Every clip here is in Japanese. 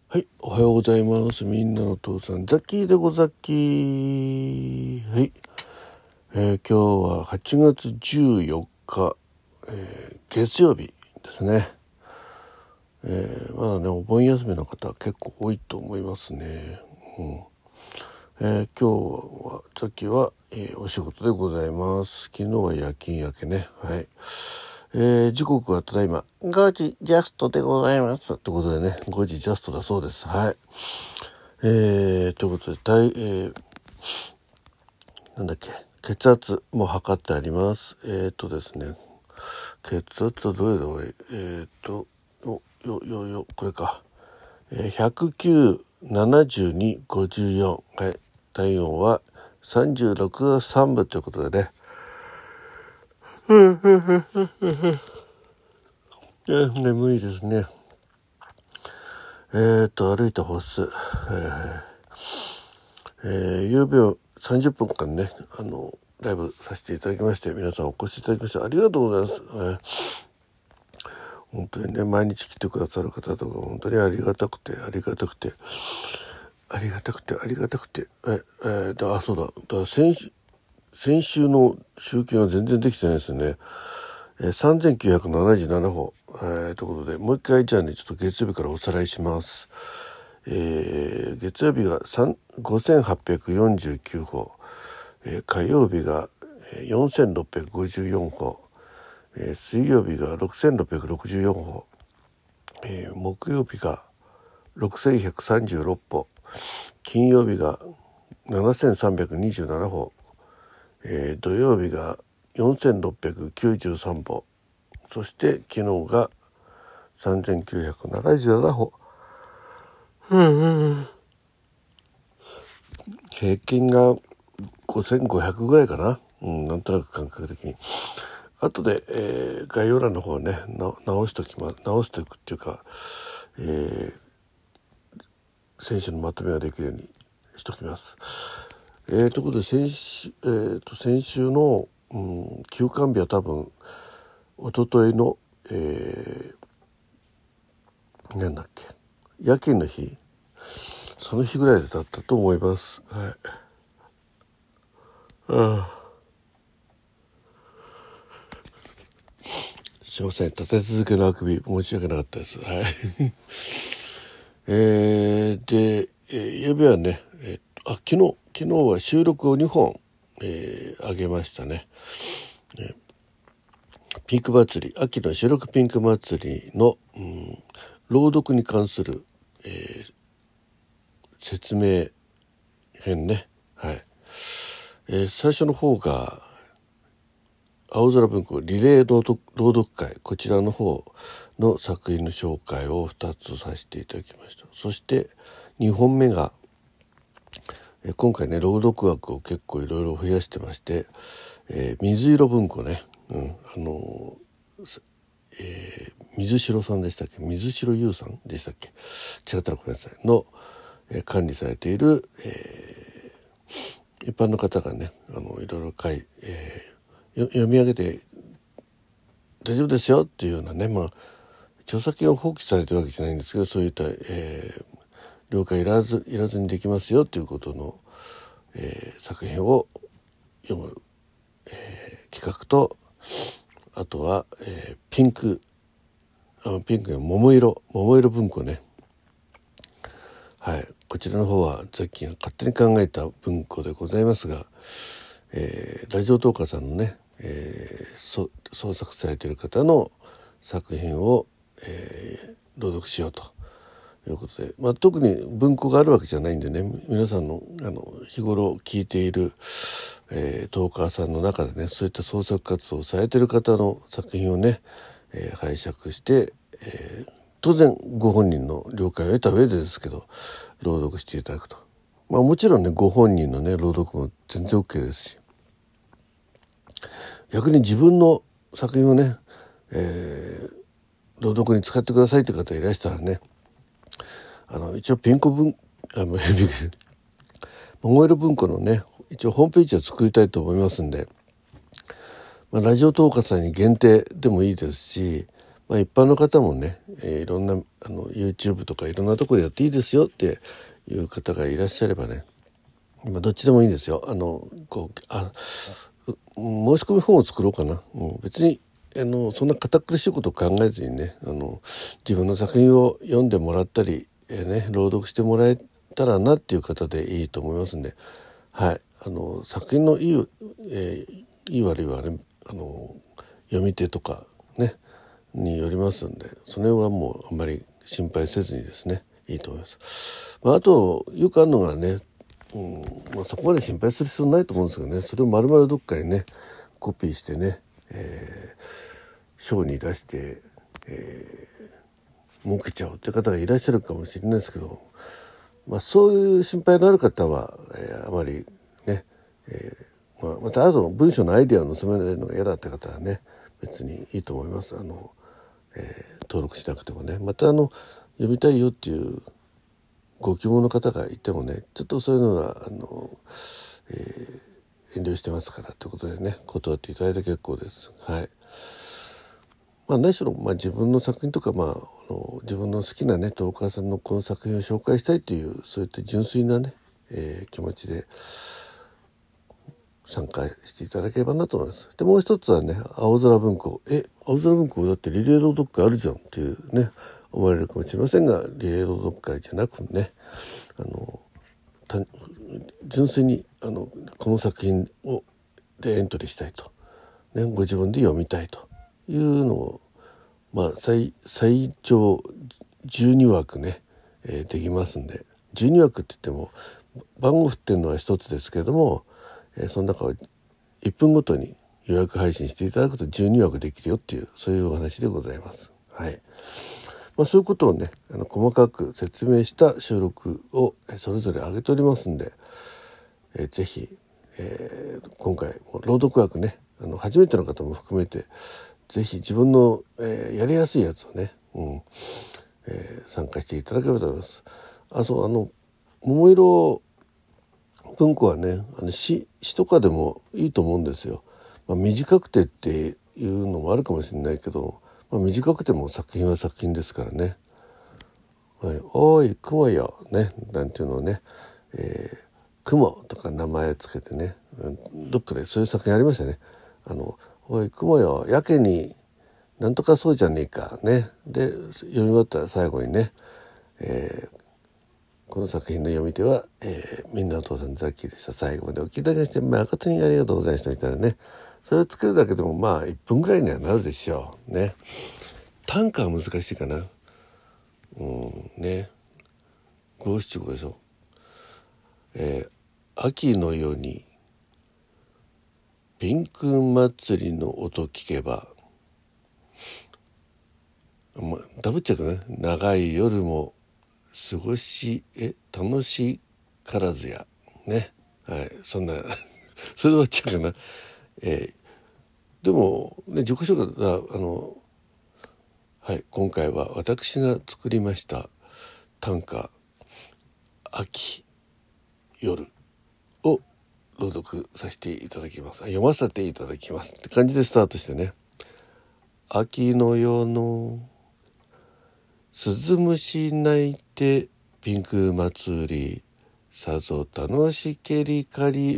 はい、おはようございます。みんなの父さん、ザッキーでござっきー。はい、今日は8月14日、月曜日ですね。まだね、お盆休みの方結構多いと思いますね。今日はザッキーは、お仕事でございます。昨日は夜勤明けね。はい。時刻はただいま5時ジャストでございます。ということでね、5時ジャストだそうです。はい。ということで、なんだっけ、血圧も測ってあります。ですね、血圧はどれだろう。これか。109、72、54。はい。体温は36度3分ということでね。眠いですね。歩いた歩数。夕べ30分間ね、ライブさせていただきまして、皆さんお越しいただきましてありがとうございます。本当にね、毎日来てくださる方とか本当にありがたくて、そうだ、先週の集計が全然できてないですね。3977歩、ということで、もう一回じゃあね、ちょっと月曜日からおさらいします。月曜日が5849歩、火曜日が4654歩、水曜日が6664歩、木曜日が6136歩、金曜日が7327歩、土曜日が4693歩、そして昨日が3977歩。平均が5500ぐらいかな。なんとなく感覚的に。後で、概要欄の方はね、直していくっていうか、先週のまとめができるようにしときます。ということで先週の、休館日は多分一昨日の、なんだっけ、夜勤の日、その日ぐらいだったと思います。はい。すいません、立て続けのあくび申し訳なかったです。はい。夕べはね、昨日は収録を2本、あげましたね。ピンク祭り、秋の収録ピンク祭りの、朗読に関する、説明編ね。はい。最初の方が青空文庫リレー朗読会、こちらの方の作品の紹介を2つさせていただきました。そして2本目が、今回ね、朗読枠を結構いろいろ増やしてまして、水色文庫ね、水城さんでしたっけ、水城優さんでしたっけ、違ったらごめんなさいの、管理されている、一般の方がね、いろいろ読み上げて大丈夫ですよっていうようなね、著作権を放棄されてるわけじゃないんですけど、そういった、了解いらずにできますよということの、作品を読む、企画と、あとは、ピンクの桃色文庫ね。はい、こちらの方はザッキーが勝手に考えた文庫でございますが、ラジオトーカーさんのね、創作されている方の作品を、朗読しようということで、特に文庫があるわけじゃないんでね、皆さんの日頃聞いている、トーカーさんの中でね、そういった創作活動をされている方の作品をね、拝借して、当然ご本人の了解を得た上でですけど朗読していただくと、もちろんね、ご本人のね朗読も全然 OK ですし、逆に自分の作品をね、朗読に使ってくださいって方いらしたらね、一応ピンク文桃色文庫のね、一応ホームページを作りたいと思いますんで、ラジオトーカーさんに限定でもいいですし、 一般の方もね、いろんなYouTube とかいろんなところでやっていいですよっていう方がいらっしゃればね、どっちでもいいんですよ。申し込み本を作ろうかな。別にそんな堅苦しいことを考えずにね、自分の作品を読んでもらったり、朗読してもらえたらなっていう方でいいと思いますんで、はい、作品のいい悪いはね、読み手とかねによりますんで、それはもうあんまり心配せずにですね、いいと思います。あとよくあるのがね、そこまで心配する必要ないと思うんですけどね、それを丸々どっかにねコピーしてね、賞に出して、儲けちゃうって方がいらっしゃるかもしれないですけど、そういう心配のある方は、あまりね、またあと文章のアイデアを盗められるのが嫌だって方はね、別にいいと思います。登録しなくてもね。また読みたいよっていうご希望の方がいてもね、ちょっとそういうのが遠慮してますからということでね、断っていただいて結構です。はい。何しろ、自分の作品とか、自分の好きなねトーカーさんのこの作品を紹介したいという、そういった純粋なね、気持ちで参加していただければなと思います。でもう一つはね、青空文庫。青空文庫だってリレー朗読会あるじゃんっていうね、思われるかもしれませんが、リレー朗読会じゃなくね、純粋にこの作品でエントリーしたいと、ね、ご自分で読みたいというのを、最長12枠ね、できますんで、12枠って言っても番号振ってるのは一つですけれども、その中を1分ごとに予約配信していただくと12枠できるよっていう、そういうお話でございます。はい。そういうことをね細かく説明した収録をそれぞれ上げておりますんで、ぜひ、今回朗読枠ね、初めての方も含めてぜひ自分の、やりやすいやつをね、参加していただければと思います。桃色文庫はね、詩とかでもいいと思うんですよ。短くてっていうのもあるかもしれないけど、短くても作品は作品ですからね。はい、おい雲よね、なんていうのをね、雲とか名前つけてね、どっかでそういう作品ありましたね。おい雲よやけになんとかそうじゃねえかね。で読み終わったら最後にね、この作品の読み手は、みんなお父さんザッキーでした。最後までお聞きいただきまして誠にありがとうございましたみたいなね。それを作るだけでも1分ぐらいにはなるでしょうね。短歌は難しいかな。ね、五七五でしょ。秋のようにピンク祭りの音聞けば、ダブっちゃうね。長い夜も過ごし楽しからずやね、はい、そんなそれで終わっちゃうかな。でもね、自己紹介がはい、今回は私が作りました短歌秋夜を朗読させていただきます。読ませていただきますって感じでスタートしてね。秋の夜の鈴虫鳴いてピンク祭りさぞ楽しけりかり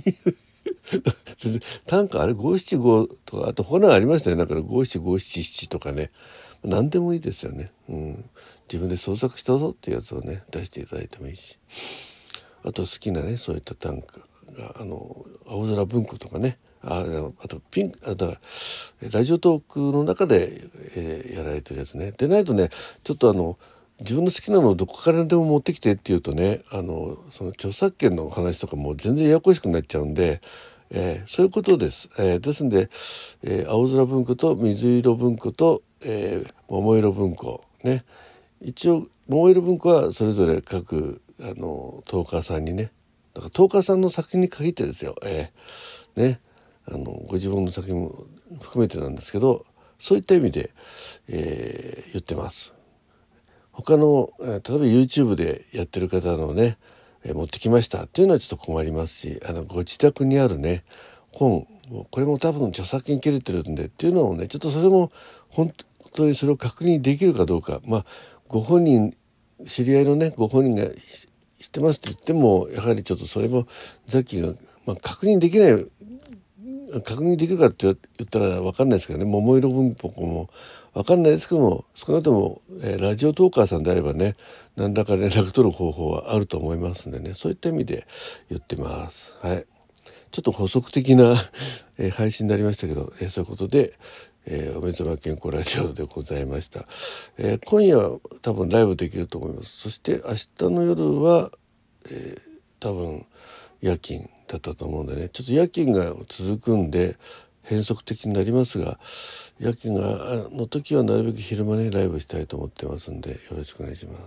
短歌あれ五七五とか、あとほなありましたね。だから五七五七七とかね、何でもいいですよね。自分で創作したぞっていうやつをね出していただいてもいいし、あと好きなねそういった短歌が青空文庫とかね、あとだからラジオトークの中で、やられてるやつね。でないとね、ちょっと自分の好きなのをどこからでも持ってきてっていうとね、その著作権の話とかも全然ややこしくなっちゃうんで、そういうことです。ですんで、青空文庫と水色文庫と、桃色文庫ね。一応桃色文庫はそれぞれ各トーカーさんにね、だからトーカーさんの作品に限ってですよ。ね、ご自分の作品も含めてなんですけど、そういった意味で、言ってます。他の例えば YouTube でやってる方のね、持ってきましたっていうのはちょっと困りますし、ご自宅にあるね本、これも多分著作権切れてるんでっていうのをね、ちょっとそれも本当にそれを確認できるかどうか、ご本人、知り合いのねご本人が知ってますって言っても、やはりちょっとそれもザッキーが、確認できない、確認できるかって言ったら分かんないですけどね、桃色文庫も分かんないですけども、少なくとも、ラジオトーカーさんであればね、何らか連絡取る方法はあると思いますんでね、そういった意味で言ってます。はい。ちょっと補足的な配信になりましたけど、そういうことで、お目覚め健康ラジオでございました。今夜は多分ライブできると思います。そして明日の夜は、多分夜勤だったと思うんでね、ちょっと夜勤が続くんで変則的になりますが、夜勤の時はなるべく昼間ねライブしたいと思ってますんで、よろしくお願いします。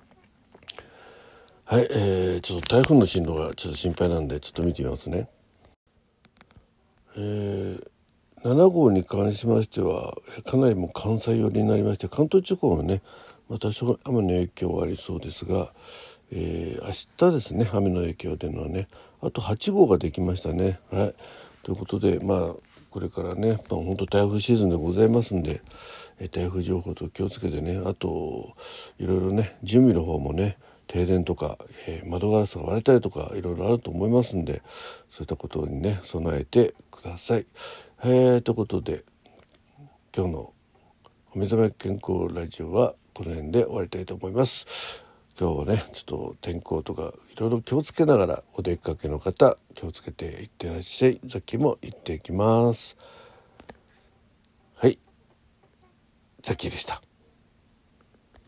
はい、ちょっと台風の進路がちょっと心配なんでちょっと見てみますね。7号に関しましてはかなりもう関西寄りになりまして、関東地方もね多少雨の影響はありそうですが、明日ですね、雨の影響でのはね、あと8号ができましたね。はい、ということでこれからね、本当台風シーズンでございますんで、台風情報と気をつけてね、あといろいろね準備の方もね、停電とか、窓ガラスが割れたりとかいろいろあると思いますんで、そういったことにね備えてください。ということで今日のお目覚め健康ラジオはこの辺で終わりたいと思います。今日はねちょっと天候とかいろいろ気をつけながら、お出かけの方気をつけていってらっしゃい。ザッキーも行ってきます。はい、ザッキーでした。